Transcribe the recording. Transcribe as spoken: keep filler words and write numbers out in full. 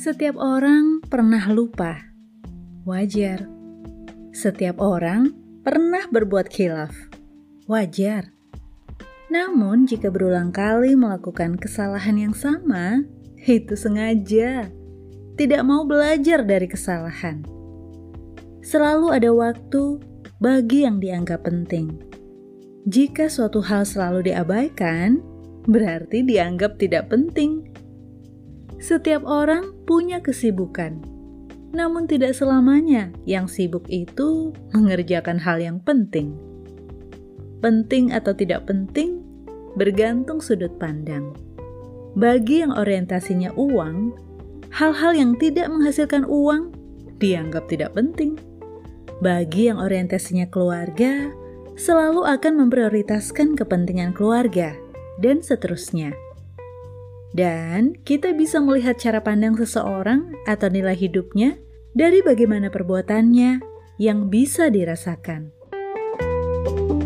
Setiap orang pernah lupa, wajar. Setiap orang pernah berbuat khilaf, wajar. Namun jika berulang kali melakukan kesalahan yang sama, itu sengaja. Tidak mau belajar dari kesalahan. Selalu ada waktu bagi yang dianggap penting. Jika suatu hal selalu diabaikan, berarti dianggap tidak penting. Setiap orang punya kesibukan, namun tidak selamanya yang sibuk itu mengerjakan hal yang penting. Penting atau tidak penting, bergantung sudut pandang. Bagi yang orientasinya uang, hal-hal yang tidak menghasilkan uang dianggap tidak penting. Bagi yang orientasinya keluarga, selalu akan memprioritaskan kepentingan keluarga, dan seterusnya. Dan kita bisa melihat cara pandang seseorang atau nilai hidupnya dari bagaimana perbuatannya yang bisa dirasakan.